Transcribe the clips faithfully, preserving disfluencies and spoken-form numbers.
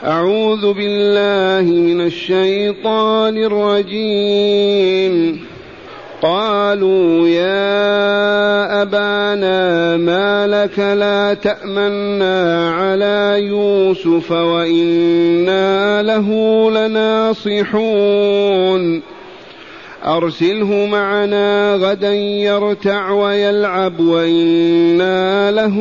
أعوذ بالله من الشيطان الرجيم. قالوا يا أبانا ما لك لا تأمنا على يوسف وإنا له لناصحون أرسله معنا غدا يرتع ويلعب وإنا له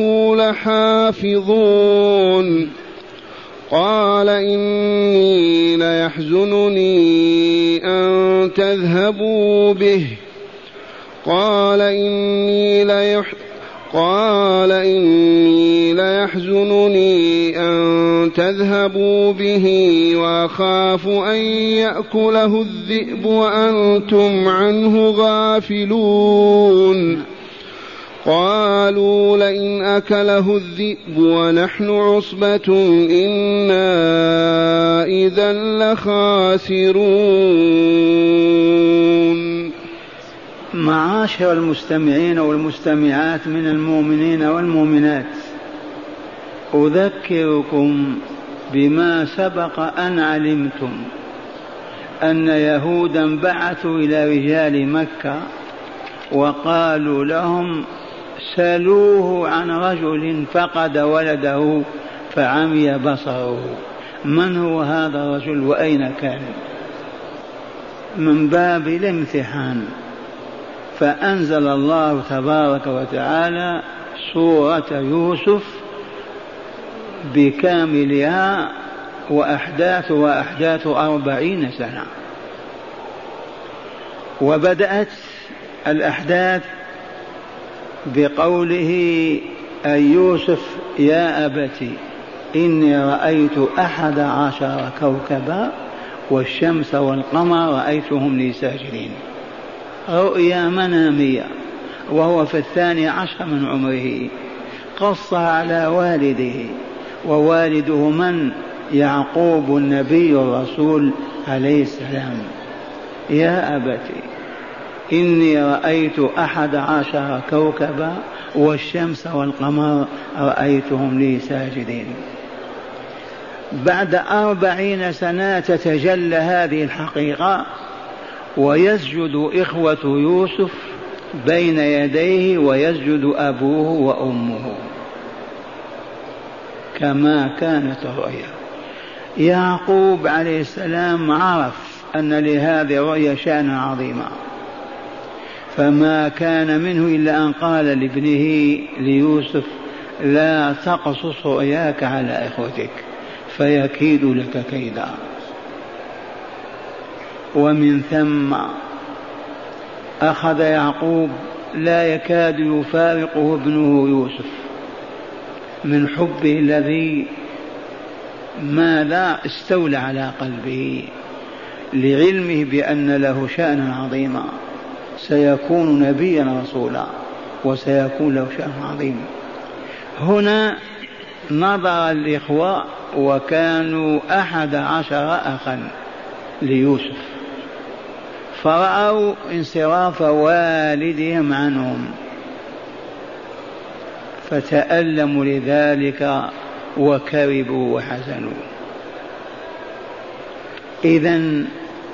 لحافظون. قال إني ليحزنني أن تذهبوا به قال إني, ليح... قال إني ليحزنني أن تذهبوا به وأخاف أن يأكله الذئب وأنتم عنه غافلون. قالوا لئن أكله الذئب ونحن عصبة إنا إذا لخاسرون. معاشر المستمعين والمستمعات من المؤمنين والمؤمنات، أذكركم بما سبق أن علمتم أن يهودا بعثوا إلى رجال مكة وقالوا لهم سألوه عن رجل فقد ولده فعمي بصره، من هو هذا الرجل وأين كان؟ من باب الامتحان فأنزل الله تبارك وتعالى سورة يوسف بكاملها وأحداث وأحداث أربعين سنة. وبدأت الأحداث بقوله أي يوسف يا أبت إني رأيت أحد عشر كوكبا والشمس والقمر رأيتهم لي ساجدين، رؤيا منامية، وهو في الثاني عشر من عمره. قص على والده، ووالده من؟ يعقوب النبي الرسول عليه السلام. يا أبت إني رأيت أحد عشر كوكبا والشمس والقمر رأيتهم لي ساجدين. بعد أربعين سنة تتجلى هذه الحقيقة ويسجد إخوة يوسف بين يديه ويسجد أبوه وأمه كما كانت الرؤيا. يعقوب عليه السلام عرف أن لهذه الرؤيا شأنا عظيما، فما كان منه إلا أن قال لابنه ليوسف لا تقصص رؤياك على إخوتك فيكيد لك كيدا. ومن ثم أخذ يعقوب لا يكاد يفارقه ابنه يوسف من حبه الذي ماذا استولى على قلبه، لعلمه بأن له شأنا عظيما، سيكون نبيا رسولا وسيكون له شأن عظيم. هنا نظر الإخوة وكانوا أحد عشر أخا ليوسف، فرأوا انصراف والدهم عنهم فتألموا لذلك وكربوا وحزنوا. إذن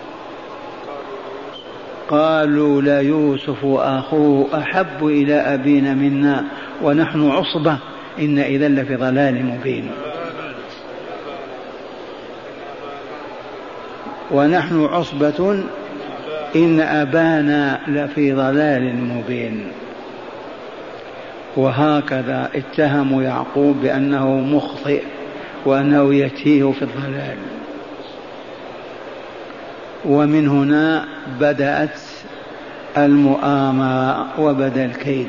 قالوا ليوسف أخوه أحب إلى أبينا منا ونحن عصبة إن إذا لفي ضلال مبين. ونحن عصبة إن أبانا لفي ضلال مبين. وهكذا اتهموا يعقوب بأنه مخطئ وأنه يتيه في الضلال. ومن هنا بدأت المؤامرة وبدأ الكيد،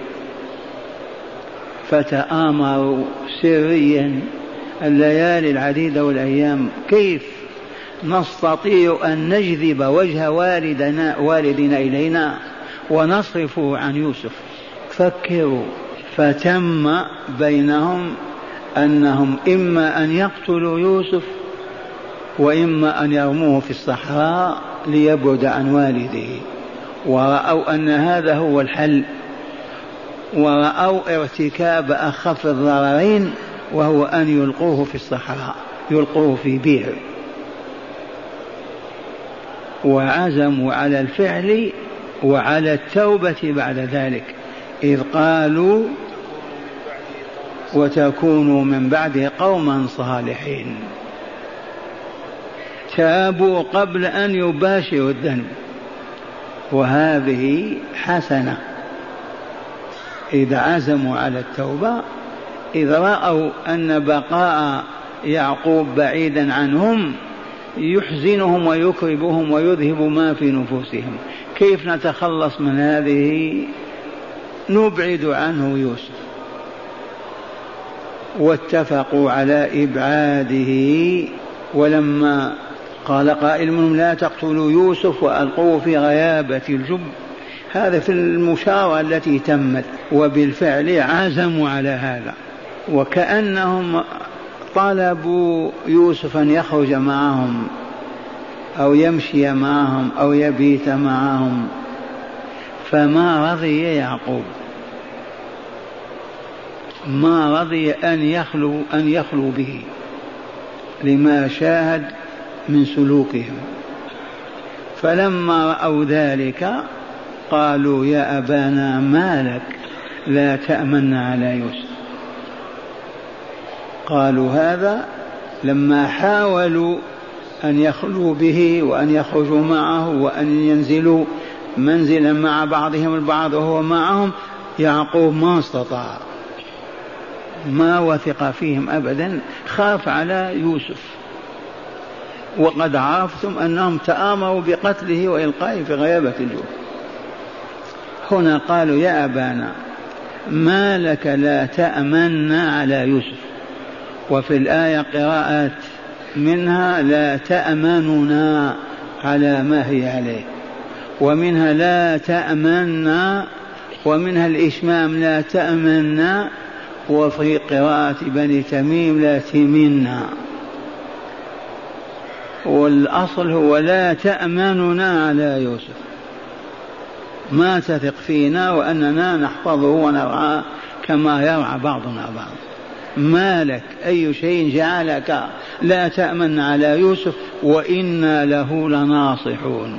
فتآمروا سريا الليالي العديدة والأيام كيف نستطيع أن نجذب وجه والدنا, والدنا إلينا ونصرفه عن يوسف. فكروا. فتم بينهم أنهم إما أن يقتلوا يوسف وإما أن يرموه في الصحراء ليبعد عن والده، ورأوا أن هذا هو الحل، ورأوا ارتكاب أخف الضررين وهو أن يلقوه في الصحراء يلقوه في بئر، وعزموا على الفعل وعلى التوبة بعد ذلك، إذ قالوا وتكونوا من بعده قوما صالحين. تابوا قبل أن يباشروا الذنب، وهذه حسنة. إذا عزموا على التوبة، إذا رأوا أن بقاء يعقوب بعيدا عنهم يحزنهم ويكربهم ويذهب ما في نفوسهم، كيف نتخلص من هذه؟ نبعد عنه يوسف. واتفقوا على إبعاده. ولما قال قائل منهم لا تقتلوا يوسف وألقوه في غيابة الجب، هذا في المشاورة التي تمت، وبالفعل عزموا على هذا. وكأنهم طلبوا يوسف أن يخرج معهم أو يمشي معهم أو يبيت معهم، فما رضي يعقوب، ما رضي أن يخلو أن يخلو به لما شاهد من سلوكهم. فلما رأوا ذلك قالوا يا أبانا ما لك لا تأمن على يوسف. قالوا هذا لما حاولوا أن يخلوا به وأن يخرجوا معه وأن ينزلوا منزلا مع بعضهم البعض وهو معهم، يعقوب ما استطاع، ما وثق فيهم أبدا، خاف على يوسف. وقد عرفتم أنهم تآمروا بقتله وإلقائه في غيابة الجب. هنا قالوا يا أبانا ما لك لا تأمن على يوسف. وفي الآية قراءات منها لا تأمننا على ما هي عليه، ومنها لا تأمننا، ومنها الإشمام لا تأمننا، وفي قراءة بني تميم لا تمنا. والأصل هو لا تأمننا على يوسف، ما تثق فينا وأننا نحفظه ونرعاه كما يرعى بعضنا بعض. ما لك أي شيء جعلك لا تأمن على يوسف وإنا له لناصحون.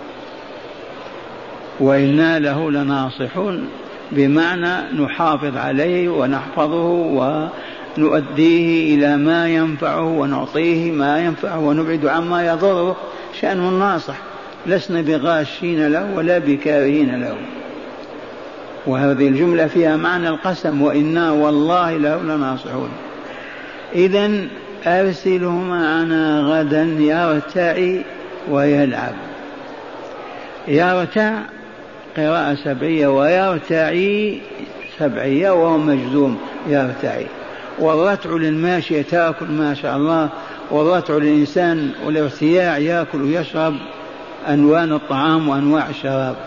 وإنا له لناصحون بمعنى نحافظ عليه ونحفظه ونؤديه إلى ما ينفعه ونعطيه ما ينفعه ونبعد عما يضره. شأن الناصح، لسنا بغاشين له ولا بكارهين له. وهذه الجملة فيها معنى القسم، وإنا والله له لناصحون. إذن أرسله معنا غدا يرتع ويلعب. يرتع قراءة سبعية ويرتعي سبعية وهو مجزوم يرتعي. والرتع للماشية تأكل ما شاء الله، والرتع للإنسان والارتياع يأكل ويشرب أنواع الطعام وأنواع الشراب.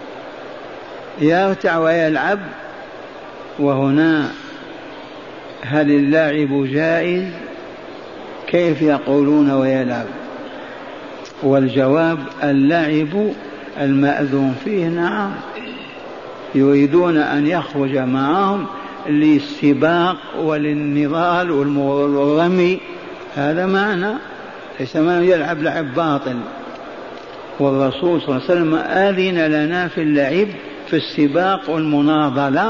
يرتع ويلعب. وهنا هل اللعب جائز؟ كيف يقولون ويلعب؟ والجواب اللعب المأذون فيه نعم، يريدون أن يخرج معهم للسباق وللنضال والرمي، هذا معنى، ليس معنى يلعب لعب باطل. والرسول صلى الله عليه وسلم آذن لنا في اللعب في السباق والمناضلة،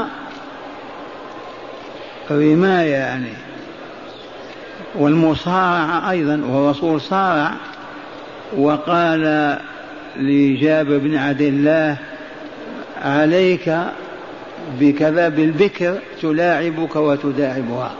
رماية يعني، والمصارعة أيضا. والرسول صارع وقال لجابر بن عبد الله عليك بكذا بالبكر تلاعبك وتداعبها،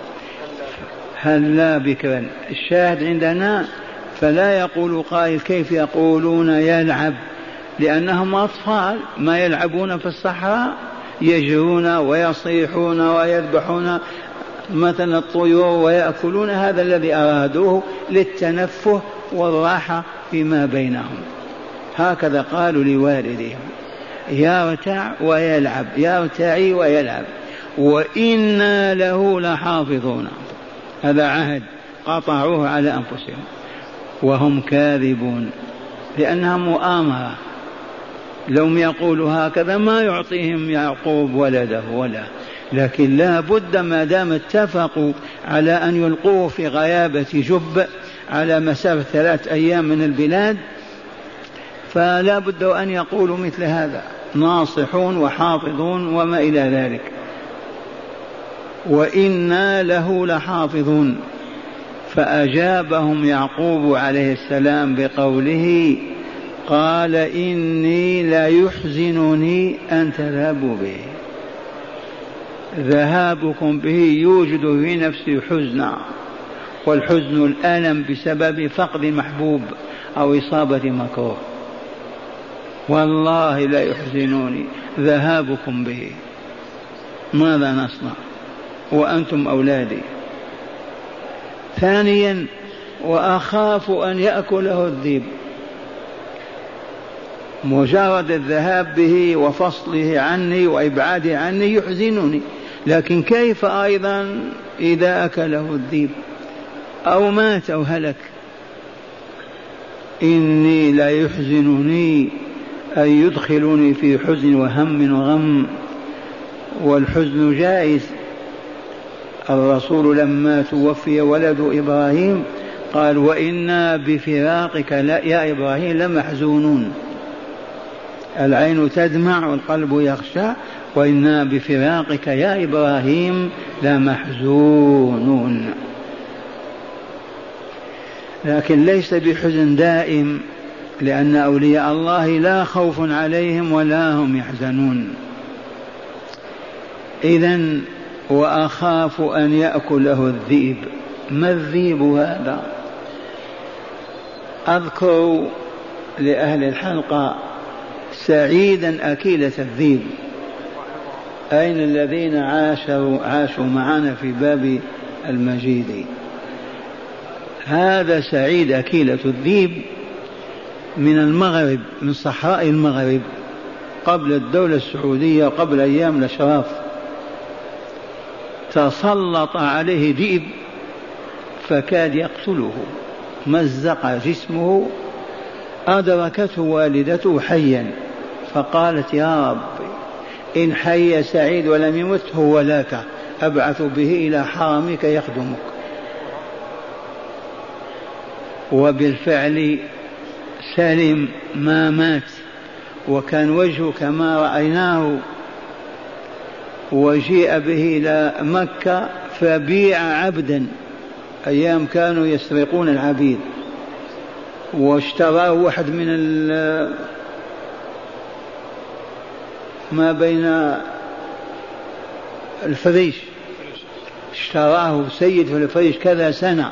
هل لا بكرا. الشاهد عندنا فلا يقول قائل كيف يقولون يلعب، لأنهم أطفال ما يلعبون في الصحراء، يجرون ويصيحون ويذبحون مثلا الطيور ويأكلون. هذا الذي أرادوه للتنفه والراحة فيما بينهم. هكذا قالوا لوالدهم يرتع ويلعب، يرتعي ويلعب، وإنا له لحافظون. هذا عهد قطعوه على أنفسهم وهم كاذبون، لأنها مؤامرة. لو يقولوا هكذا ما يعطيهم يعقوب ولده ولا لكن لا بد ما دام اتفقوا على أن يلقوه في غيابة جب على مسافة ثلاث أيام من البلاد، فلا بد أن يقولوا مثل هذا، ناصحون وحافظون وما إلى ذلك. وإنا له لحافظون. فأجابهم يعقوب عليه السلام بقوله قال إني لا يحزنني أن تذهبوا به. ذهابكم به يوجد في نفسي حزنا، والحزن الألم بسبب فقد محبوب أو إصابة مكروه. والله لا يحزنني ذهابكم به، ماذا نصنع وأنتم أولادي. ثانيا وأخاف أن يأكله الذئب. مجرد الذهاب به وفصله عني وإبعاده عني يحزنني، لكن كيف أيضا إذا أكله الذئب أو مات أو هلك. إني لا يحزنني أن يدخلني في حزن وهم وغم، والحزن جائز. الرسول لما توفي ولد إبراهيم قال وإنا بفراقك لا يا إبراهيم لمحزونون. العين تدمع والقلب يخشى، وإنا بفراقك يا إبراهيم لمحزونون. لكن ليس بحزن دائم، لأن أولياء الله لا خوف عليهم ولا هم يحزنون. إذن وأخاف أن يأكله الذئب. ما الذئب هذا؟ أذكر لأهل الحلقة سعيدا أكيلة الذئب. أين الذين عاشوا, عاشوا معنا في باب المجيد؟ هذا سعيد أكيلة الذئب من المغرب، من صحراء المغرب، قبل الدولة السعودية وقبل أيام الأشراف. تسلط عليه ذئب فكاد يقتله، مزق جسمه. أدركته والدته حيا فقالت يا رب إن حي سعيد ولم يمت هو لك، أبعث به إلى حرمك يخدمك. وبالفعل سلم ما مات، وكان وجهه كما رأيناه. وجيء به إلى مكة فبيع عبدا، أيام كانوا يسرقون العبيد، واشتراه واحد من ما بين الفريش، اشتراه سيد في الفريش كذا سنة،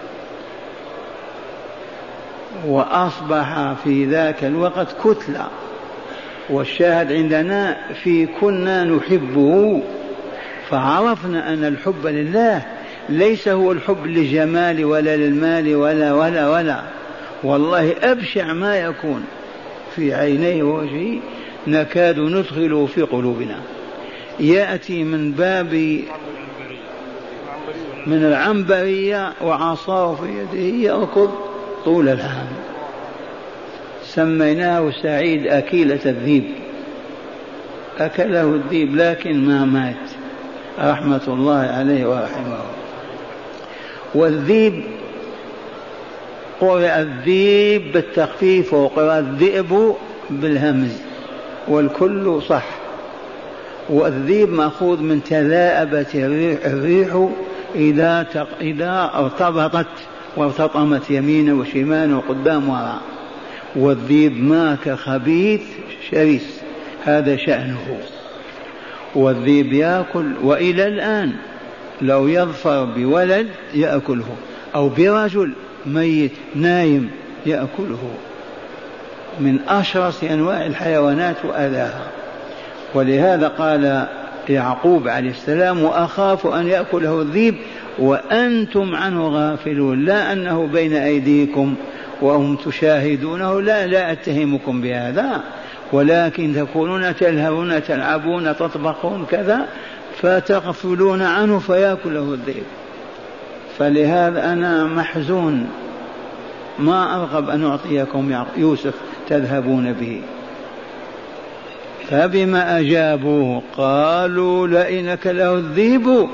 وأصبح في ذاك الوقت كتلة. والشاهد عندنا في كنا نحبه، فعرفنا أن الحب لله ليس هو الحب للجمال ولا للمال ولا ولا ولا والله أبشع ما يكون في عينيه ووجهه نكاد ندخله في قلوبنا. يأتي من باب من العنبرية وعصاه في يده يركض طول العام. سميناه سعيد أكيلة الذئب. أكله الذئب لكن ما مات، رحمة الله عليه ورحمه. والذئب قرأ الذئب بالتخفيف وقرأ الذئب بالهمز، والكل صح. والذئب مأخوذ من تذاءبت الريح إذا إذا ارتبطت وارتطمت يمين وشمال وقدام وراء. والذئب ماك خبيث شرس، هذا شأنه. والذئب يأكل، وإلى الآن لو يظفر بولد يأكله، أو برجل ميت نايم يأكله، من أشرس أنواع الحيوانات وأذاها. ولهذا قال يعقوب عليه السلام وأخاف أن يأكله الذئب وأنتم عنه غافلون، لا أنه بين أيديكم وهم تشاهدونه، لا لا أتهمكم بهذا، ولكن تكونون تلهون تلعبون تطبخون كذا فتغفلون عنه فيأكله الذئب. فلهذا أنا محزون، ما أرغب أن أعطيكم يوسف تذهبون به. فبما أجابوه قالوا لئن أكله الذئب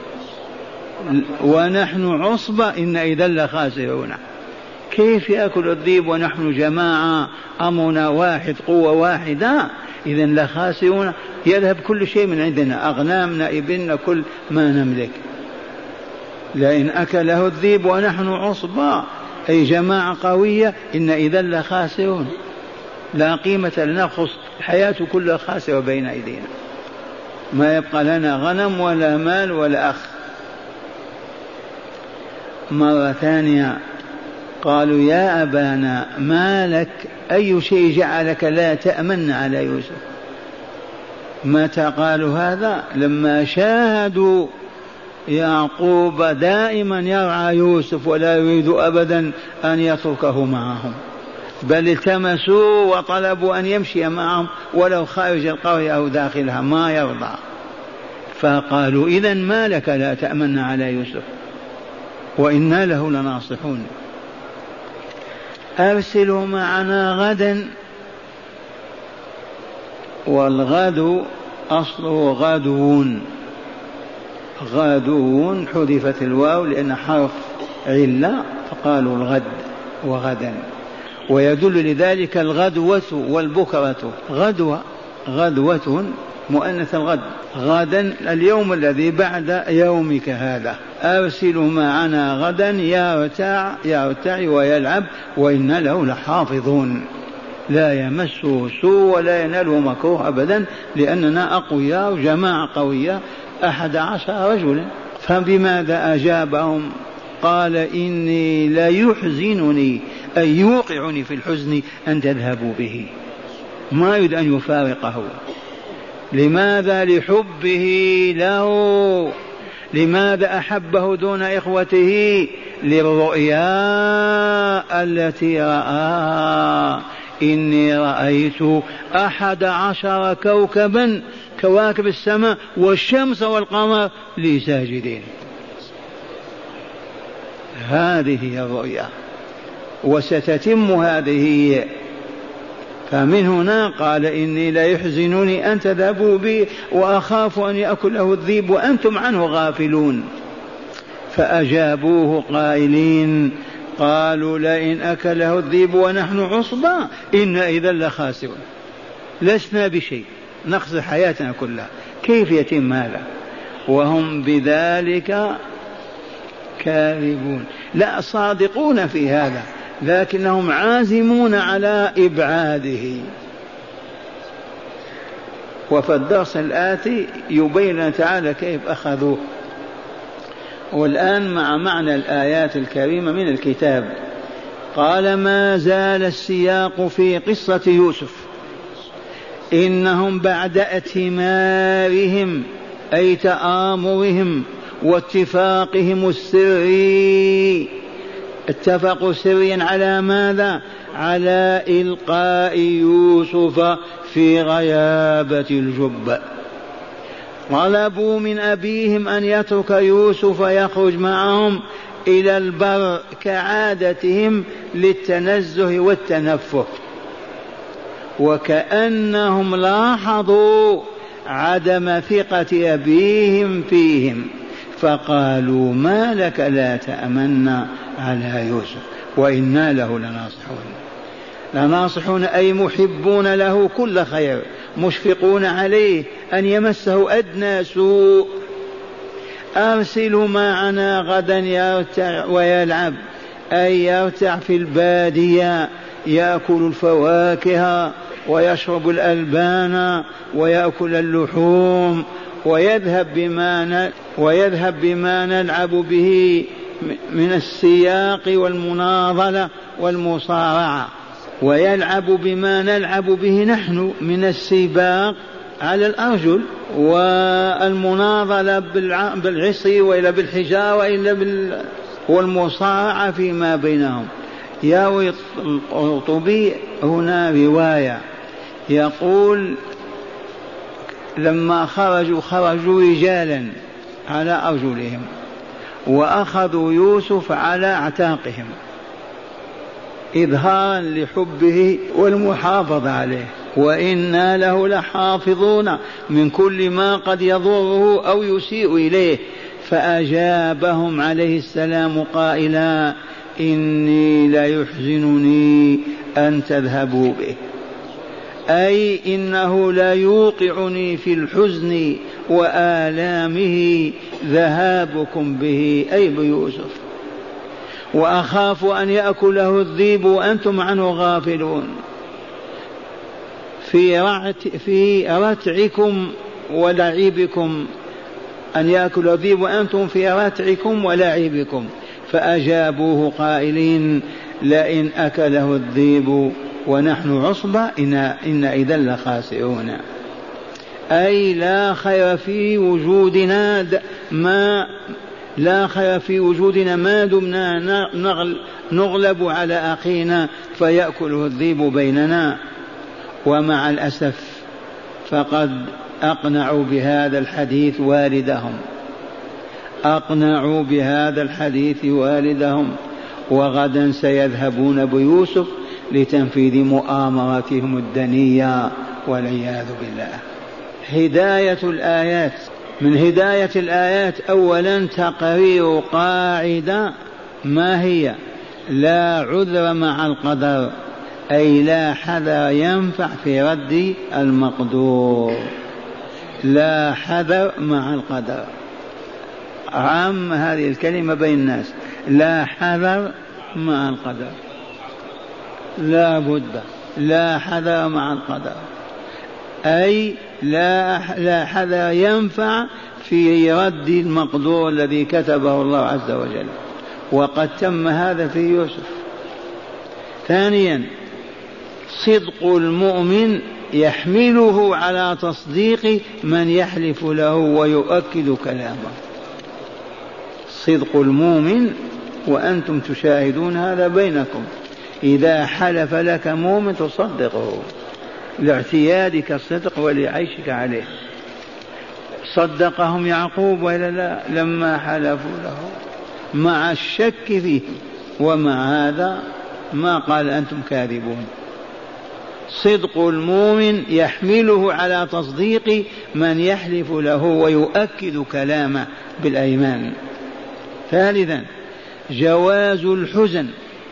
ونحن عصبة إن إذا لخاسرون. كيف يأكل الذئب ونحن جماعة أمرنا واحد قوة واحدة؟ إذن لخاسرون، يذهب كل شيء من عندنا، أغنامنا إبلنا كل ما نملك. لئن أكله الذئب ونحن عصبة أي جماعة قوية إن إذا لخاسرون، لا قيمة لنا، خص الحياة كلها خاسرة بين أيدينا، ما يبقى لنا غنم ولا مال ولا أخ. مرة ثانية قالوا يا أبانا ما لك، أي شيء جعلك لا تأمن على يوسف؟ متى قالوا هذا؟ لما شاهدوا يعقوب دائما يرعى يوسف ولا يريد أبدا أن يتركه معهم، بل التمسوا وطلبوا أن يمشي معهم ولو خارج القرية أو داخلها ما يرضى. فقالوا إذن ما لك لا تأمن على يوسف وإنا له لناصحون، أرسله معنا غدا. والغد أصله غدون، غدون حذفت الواو لأن حرف علة فقالوا الغد وغدا، ويدل لذلك الغدوة والبكرة، غدوة غدوة مؤنث الغد، غدا اليوم الذي بعد يومك هذا. أرسل معنا غدا يرتع يرتع ويلعب وإنا له لحافظون، لا يمسه سوء ولا يناله مكروه أبدا، لأننا أقوياء وجماعة قوية أحد عشر رجلا. فبماذا أجابهم؟ قال إني لا يحزنني أي يوقعني في الحزن أن تذهبوا به، ما يريد أن يفارقه. لماذا؟ لحبه له. لماذا أحبه دون إخوته؟ للرؤيا التي رآها، إني رأيت أحد عشر كوكبا كواكب السماء والشمس والقمر لي ساجدين. هذه هي الرؤيا وستتم هذه. فمن هنا قال إني لا يحزنني أن تذهبوا بي وأخاف أن يأكله الذئب وأنتم عنه غافلون. فأجابوه قائلين قالوا لئن أكله الذئب ونحن عصبة إن إذا لخاسرون، لسنا بشيء، نخسر حياتنا كلها، كيف يتم هذا؟ وهم بذلك كاذبون، لا صادقون في هذا لكنهم عازمون على إبعاده. وفي الدرس الآتي يبين تعالى كيف أخذوه. والآن مع معنى الآيات الكريمة من الكتاب. قال ما زال السياق في قصة يوسف، إنهم بعد اتمارهم أي تآمرهم واتفاقهم السري، اتفقوا سريا على ماذا؟ على إلقاء يوسف في غيابة الجب. طلبوا من أبيهم أن يترك يوسف يخرج معهم إلى البر كعادتهم للتنزه والتنفه، وكأنهم لاحظوا عدم ثقة أبيهم فيهم فقالوا ما لك لا تأمنا على يوسف وإنا له لناصحون. لناصحون أي محبون له كل خير، مشفقون عليه أن يمسه أدنى سوء. أرسله معنا غدا يرتع ويلعب، أي يرتع في البادية يأكل الفواكه ويشرب الألبان ويأكل اللحوم، ويذهب بما ويذهب بما نلعب به من السياق والمناضلة والمصارعة، ويلعب بما نلعب به نحن من السباق على الأرجل والمناضلة بالعصي وإلا بالحجارة وإلا بال... والمصارعة فيما بينهم. يروي القرطبي هنا رواية يقول لما خرجوا خرجوا رجالا على أرجلهم وأخذوا يوسف على أعتاقهم إظهارا لحبه والمحافظة عليه، وإنا له لحافظون من كل ما قد يضره أو يسيء إليه. فأجابهم عليه السلام قائلا إني ليحزنني أن تذهبوا به، أي إنه لا يوقعني في الحزن وآلامه ذهابكم به، أي بيوسف، وأخاف أن يأكله الذئب وأنتم عنه غافلون، في رعت في رتعكم ولعبكم، أن يأكل الذئب وأنتم في رتعكم ولعبكم. فأجابوه قائلين لئن أكله الذئب ونحن عصبة إن, إن إذا لخاسرون، أي لا خير في وجودنا ما لا خير في وجودنا ما دمنا نغلب على أخينا فيأكله الذئب بيننا. ومع الأسف فقد أقنعوا بهذا الحديث والدهم أقنعوا بهذا الحديث والدهم وغدا سيذهبون بيوسف لتنفيذ مؤامراتهم الدنية والعياذ بالله. هداية الآيات، من هداية الآيات أولا تقرير قاعدة، ما هي؟ لا عذر مع القدر، أي لا حذر ينفع في رد المقدور، لا حذر مع القدر. عام هذه الكلمة بين الناس، لا حذر مع القدر، لا بد، لا حذر مع القدر، أي لا لا حذر ينفع في رد المقدور الذي كتبه الله عز وجل، وقد تم هذا في يوسف. ثانيا صدق المؤمن يحمله على تصديق من يحلف له ويؤكد كلامه. صدق المؤمن وأنتم تشاهدون هذا بينكم، إذا حلف لك مؤمن تصدقه لاعتيادك الصدق ولعيشك عليه. صدقهم يعقوب وإلا لا لما حلفوا له مع الشك فيه، ومع هذا ما قال أنتم كاذبون. صدق المؤمن يحمله على تصديق من يحلف له ويؤكد كلامه بالأيمان. ثالثا جواز الحزن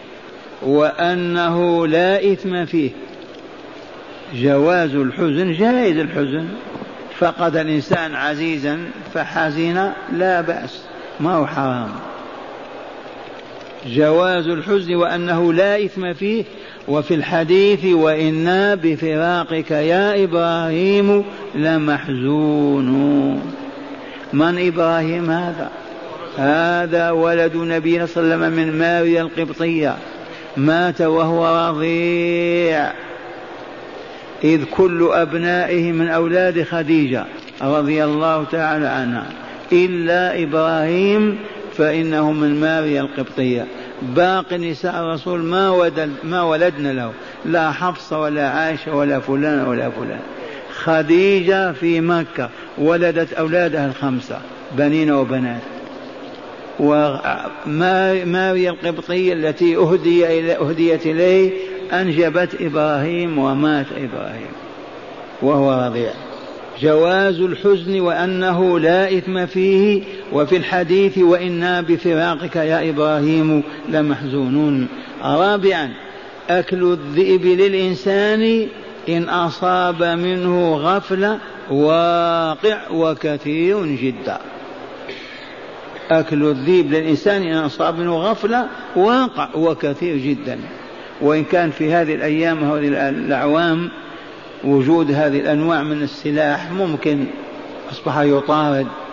وأنه لا إثم فيه. جواز الحزن، جائز الحزن، فقد الإنسان عزيزا فحزن لا بأس، ما هو حرام. جواز الحزن وأنه لا إثم فيه. وفي الحديث وإنا بفراقك يا إبراهيم لمحزونون. من إبراهيم هذا؟ هذا ولد نبينا صلى الله عليه وسلم من ماريا القبطية، مات وهو رضيع، إذ كل أبنائه من أولاد خديجة رضي الله تعالى عنها إلا إبراهيم فإنه من ماريا القبطية. باقي نساء الرسول ما, ولد ما ولدنا له، لا حفصة ولا عائشة ولا فلان ولا فلان. خديجة في مكة ولدت أولادها الخمسة بنين وبنات. وماريا القبطية التي أهدي أهديت إليه أنجبت إبراهيم ومات إبراهيم وهو رضيع. جواز الحزن وأنه لا إثم فيه. وفي الحديث وإنا بفراقك يا إبراهيم لمحزونون. رابعا أكل الذئب للإنسان إن أصاب منه غفلة واقع وكثير جدا. أكل الذئب للإنسان إن أصاب منه غفلة واقع وكثير جدا. وإن كان في هذه الأيام وهذه الأعوام وجود هذه الأنواع من السلاح ممكن أصبح يطارد